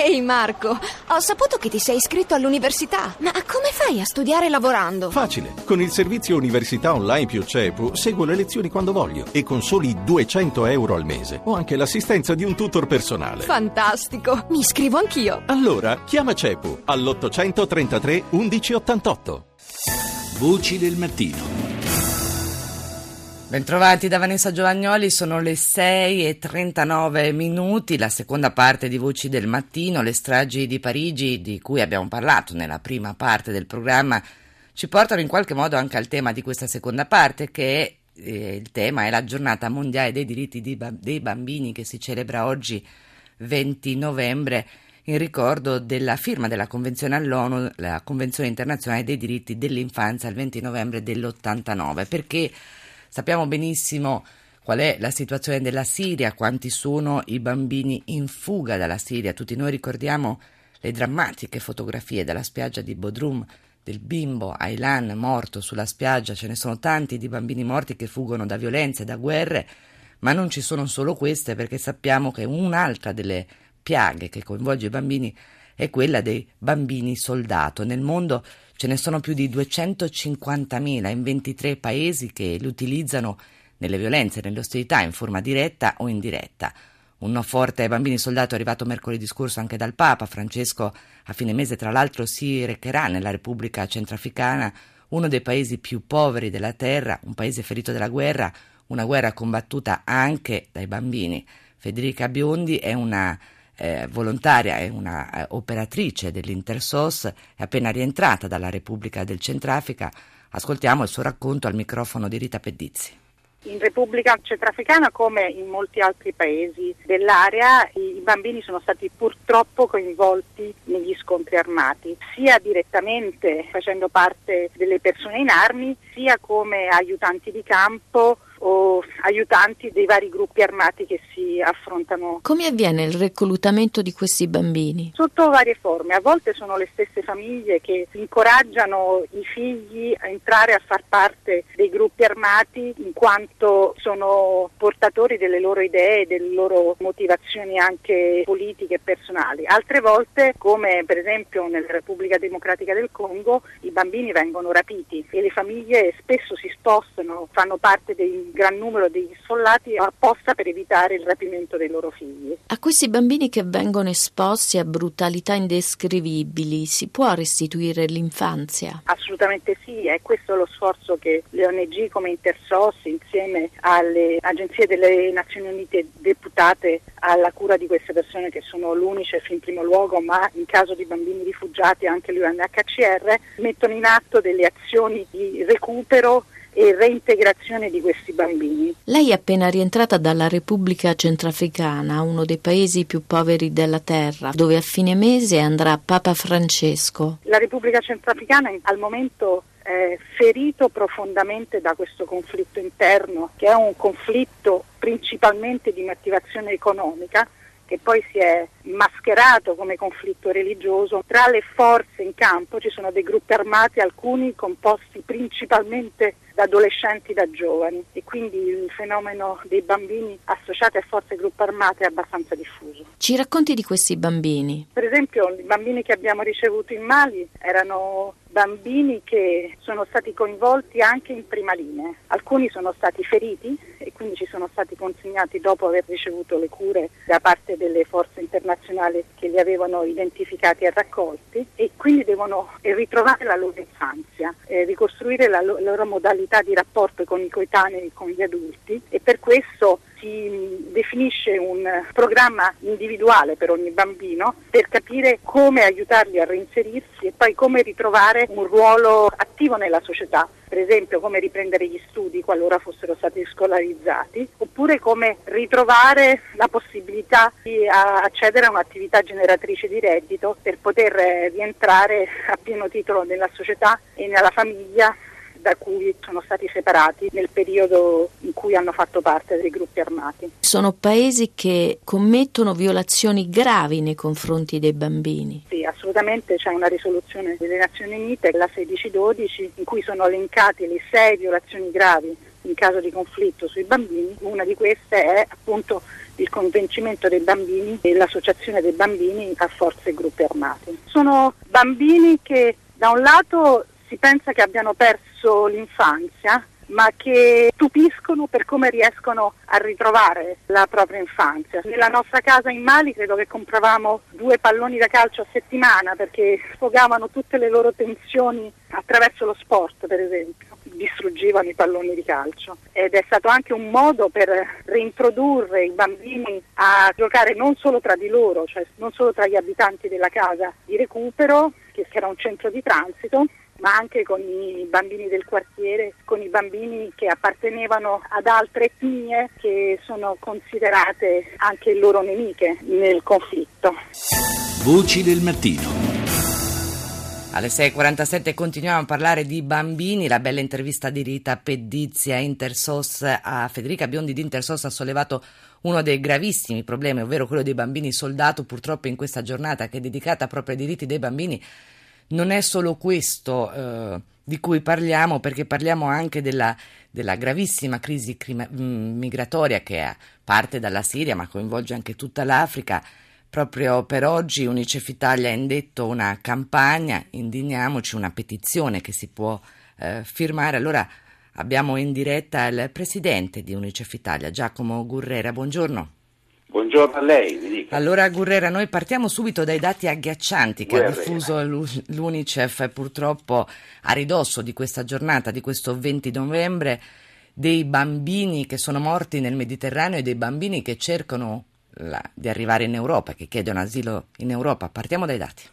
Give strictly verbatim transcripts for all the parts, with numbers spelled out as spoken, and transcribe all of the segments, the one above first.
Ehi Marco, ho saputo che ti sei iscritto all'università. Ma come fai a studiare lavorando? Facile, con il servizio Università Online più CEPU seguo le lezioni quando voglio e con soli duecento euro al mese ho anche l'assistenza di un tutor personale. Fantastico, mi iscrivo anch'io. Allora chiama CEPU all'ottocentotrentatré undici ottantotto. Voci del mattino. Bentrovati da Vanessa Giovagnoli, sono le sei e trentanove minuti, la seconda parte di Voci del Mattino. Le stragi di Parigi, di cui abbiamo parlato nella prima parte del programma, ci portano in qualche modo anche al tema di questa seconda parte, che è, eh, il tema è la giornata mondiale dei diritti di, dei bambini, che si celebra oggi venti novembre, in ricordo della firma della Convenzione all'ONU, la Convenzione internazionale dei diritti dell'infanzia, il venti novembre dell'ottantanove, perché sappiamo benissimo qual è la situazione della Siria, quanti sono i bambini in fuga dalla Siria. Tutti noi ricordiamo le drammatiche fotografie dalla spiaggia di Bodrum, del bimbo Aylan morto sulla spiaggia. Ce ne sono tanti di bambini morti che fuggono da violenze, da guerre, ma non ci sono solo queste, perché sappiamo che un'altra delle piaghe che coinvolge i bambini è quella dei bambini soldato. Nel mondo ce ne sono più di duecentocinquantamila in ventitré paesi che li utilizzano nelle violenze e nelle ostilità in forma diretta o indiretta. Un no forte ai bambini soldato è arrivato mercoledì scorso anche dal Papa Francesco. A fine mese, tra l'altro, si recherà nella Repubblica Centrafricana, uno dei paesi più poveri della terra, un paese ferito dalla guerra, una guerra combattuta anche dai bambini. Federica Biondi è una Eh, volontaria, è una eh, operatrice dell'Intersos, è appena rientrata dalla Repubblica del Centrafrica. Ascoltiamo il suo racconto al microfono di Rita Pedizzi. In Repubblica Centrafricana, come in molti altri paesi dell'area, i bambini sono stati purtroppo coinvolti negli scontri armati, sia direttamente facendo parte delle persone in armi, sia come aiutanti di campo o aiutanti dei vari gruppi armati che si affrontano. Come avviene il reclutamento di questi bambini? Sotto varie forme. A volte sono le stesse famiglie che incoraggiano i figli a entrare a far parte dei gruppi armati, in quanto sono portatori delle loro idee, delle loro motivazioni anche politiche e personali. Altre volte, come per esempio nella Repubblica Democratica del Congo, i bambini vengono rapiti e le famiglie spesso si spostano, fanno parte dei gran numero degli sfollati apposta per evitare il rapimento dei loro figli. A questi bambini che vengono esposti a brutalità indescrivibili si può restituire l'infanzia? Assolutamente sì, è questo lo sforzo che le O N G come Intersos, insieme alle agenzie delle Nazioni Unite deputate alla cura di queste persone, che sono l'UNICEF in primo luogo, ma in caso di bambini rifugiati anche l'U N H C R, mettono in atto delle azioni di recupero e reintegrazione di questi bambini. Lei è appena rientrata dalla Repubblica Centrafricana, uno dei paesi più poveri della terra, dove a fine mese andrà Papa Francesco. La Repubblica Centrafricana al momento è ferito profondamente da questo conflitto interno, che è un conflitto principalmente di motivazione economica, che poi si è mascherato come conflitto religioso. Tra le forze in campo ci sono dei gruppi armati, alcuni composti principalmente da adolescenti, da giovani, e quindi il fenomeno dei bambini associati a forze e gruppi armati è abbastanza diffuso. Ci racconti di questi bambini? Per esempio, i bambini che abbiamo ricevuto in Mali erano bambini che sono stati coinvolti anche in prima linea. Alcuni sono stati feriti e quindi ci sono stati consegnati dopo aver ricevuto le cure da parte delle forze internazionali che li avevano identificati e raccolti, e quindi devono ritrovare la loro infanzia, eh, ricostruire la, lo- la loro modalità di rapporto con i coetanei, con gli adulti, e per questo si definisce un programma individuale per ogni bambino per capire come aiutarli a reinserirsi e poi come ritrovare un ruolo attivo nella società, per esempio come riprendere gli studi qualora fossero stati scolarizzati, oppure come ritrovare la possibilità di accedere a un'attività generatrice di reddito per poter rientrare a pieno titolo nella società e nella famiglia da cui sono stati separati nel periodo in cui hanno fatto parte dei gruppi armati. Sono paesi che commettono violazioni gravi nei confronti dei bambini. Sì, assolutamente, c'è una risoluzione delle Nazioni Unite, la sedici dodici, in cui sono elencate le sei violazioni gravi in caso di conflitto sui bambini. Una di queste è appunto il convincimento dei bambini e l'associazione dei bambini a forze e gruppi armati. Sono bambini che da un lato si pensa che abbiano perso l'infanzia, ma che stupiscono per come riescono a ritrovare la propria infanzia. Nella nostra casa in Mali credo che compravamo due palloni da calcio a settimana perché sfogavano tutte le loro tensioni attraverso lo sport, per esempio. Distruggevano i palloni di calcio ed è stato anche un modo per reintrodurre i bambini a giocare non solo tra di loro, cioè non solo tra gli abitanti della casa di recupero, che era un centro di transito, ma anche con i bambini del quartiere, con i bambini che appartenevano ad altre etnie che sono considerate anche loro nemiche nel conflitto. Voci del mattino. Alle sei e quarantasette continuiamo a parlare di bambini. La bella intervista di Rita Pedizzi a Intersos, a Federica Biondi di Intersos, ha sollevato uno dei gravissimi problemi, ovvero quello dei bambini soldato. Purtroppo in questa giornata che è dedicata proprio ai diritti dei bambini non è solo questo eh, di cui parliamo, perché parliamo anche della, della gravissima crisi crima, mh, migratoria che parte dalla Siria ma coinvolge anche tutta l'Africa. Proprio per oggi Unicef Italia ha indetto una campagna, indigniamoci, una petizione che si può eh, firmare. Allora abbiamo in diretta il presidente di Unicef Italia, Giacomo Gurrera. Buongiorno. Buongiorno a lei, mi dica. Allora Gurrera, noi partiamo subito dai dati agghiaccianti che Guerrera. ha diffuso l'Unicef purtroppo a ridosso di questa giornata, di questo venti novembre, dei bambini che sono morti nel Mediterraneo e dei bambini che cercano la, di arrivare in Europa, che chiedono asilo in Europa. Partiamo dai dati.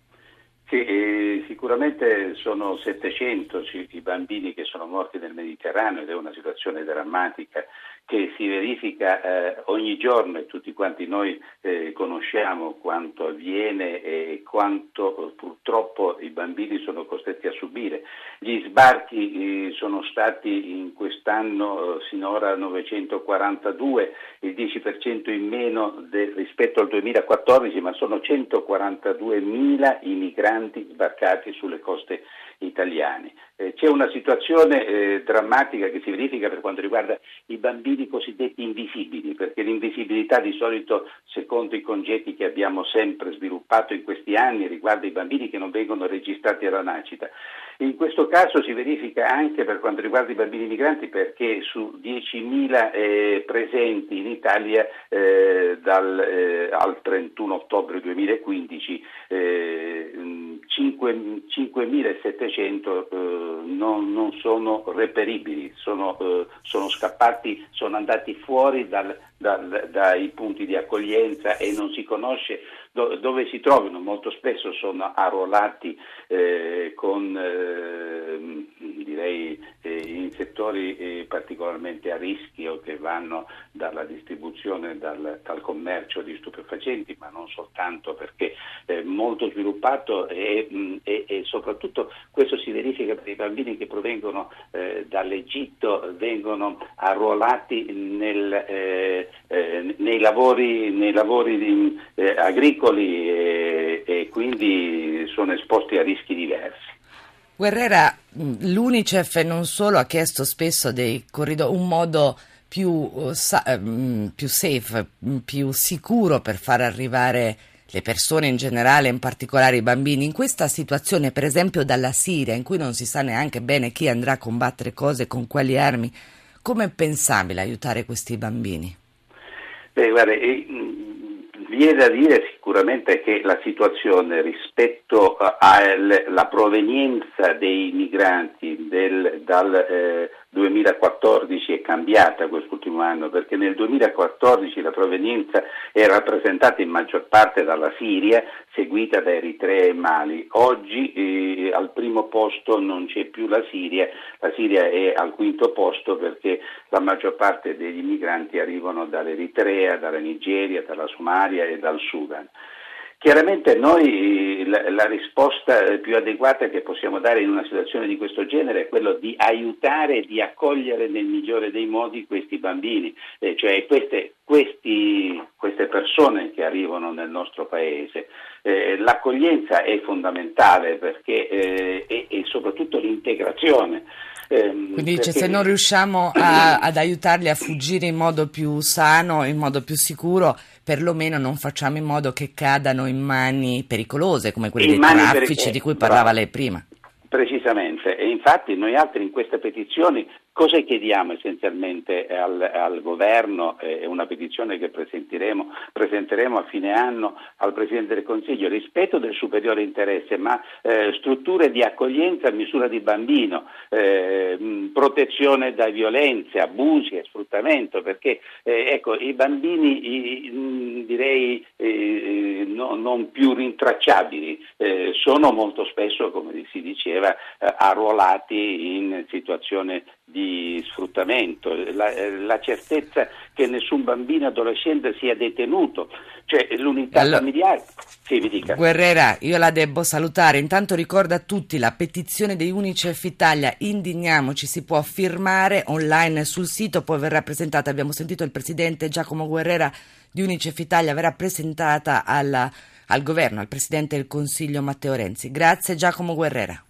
Sì, eh, sicuramente sono settecento i bambini che sono morti nel Mediterraneo ed è una situazione drammatica che si verifica eh, ogni giorno e tutti quanti noi eh, conosciamo quanto avviene e quanto eh, purtroppo i bambini sono costretti a subire. Gli sbarchi eh, sono stati in quest'anno eh, sinora novecentoquarantadue, il dieci per cento in meno de, rispetto al duemilaquattordici, ma sono centoquarantaduemila i migranti sbarcati sulle coste italiane. Eh, c'è una situazione eh, drammatica che si verifica per quanto riguarda i bambini cosiddetti invisibili, perché l'invisibilità di solito, secondo i concetti che abbiamo sempre sviluppato in questi anni, riguarda i bambini che non vengono registrati alla nascita. In questo caso si verifica anche per quanto riguarda i bambini migranti, perché su diecimila eh, presenti in Italia eh, dal, eh, al trentuno ottobre duemilaquindici eh, cinquemilasettecento eh, non, non sono reperibili, sono, eh, sono scappati, sono andati fuori dal, dal, dai punti di accoglienza e non si conosce do, dove si trovino. Molto spesso sono arruolati eh, con eh, direi eh, in settori eh, particolarmente a rischio, che vanno dalla distribuzione, dal, dal commercio di stupefacenti, ma non soltanto, perché è molto sviluppato e, e, e soprattutto questo si verifica per i bambini che provengono eh, dall'Egitto, vengono arruolati nel, eh, eh, nei lavori, nei lavori di, eh, agricoli e, e quindi sono esposti a rischi diversi. Guerrera, l'Unicef non solo ha chiesto spesso dei corridoi, un modo più, più safe, più sicuro per far arrivare le persone in generale, in particolare i bambini. In questa situazione, per esempio dalla Siria, in cui non si sa neanche bene chi andrà a combattere cose, con quali armi, come è pensabile aiutare questi bambini? Beh, guarda, eh, viene da dire sicuramente che la situazione rispetto alla provenienza dei migranti del, dal eh, duemilaquattordici è cambiata quest'ultimo anno, perché nel duemilaquattordici la provenienza era rappresentata in maggior parte dalla Siria, seguita da Eritrea e Mali. Oggi eh, al primo posto non c'è più la Siria, la Siria è al quinto posto perché la maggior parte degli migranti arrivano dall'Eritrea, dalla Nigeria, dalla Somalia e dal Sudan. Chiaramente noi la, la risposta più adeguata che possiamo dare in una situazione di questo genere è quello di aiutare e di accogliere nel migliore dei modi questi bambini, eh, cioè queste, questi, queste persone che arrivano nel nostro paese. Eh, l'accoglienza è fondamentale perché, eh, e, e soprattutto l'integrazione. Ehm, Quindi dice, perché... se non riusciamo a, ad aiutarli a fuggire in modo più sano, in modo più sicuro, perlomeno non facciamo in modo che cadano in mani pericolose come quelle in dei mani traffici per... di cui parlava bravo. lei prima. Precisamente, e infatti noi altri in queste petizioni cosa chiediamo essenzialmente al, al governo? È una petizione che presenteremo, presenteremo a fine anno al Presidente del Consiglio: rispetto del superiore interesse, ma eh, strutture di accoglienza a misura di bambino, eh, protezione da violenze, abusi e sfruttamento, perché eh, ecco, i bambini i, direi eh, no, non più rintracciabili eh, sono molto spesso, come si diceva, eh, arruolati in situazione di sfruttamento, la, la certezza che nessun bambino adolescente sia detenuto, cioè l'unità allora, familiare. Sì, mi dica. Guerrera, io la debbo salutare. Intanto ricorda a tutti la petizione dei Unicef Italia, indigniamoci, si può firmare online sul sito, poi verrà presentata, abbiamo sentito il presidente Giacomo Guerrera di Unicef Italia, verrà presentata alla, al governo, al presidente del Consiglio Matteo Renzi. Grazie Giacomo Guerrera.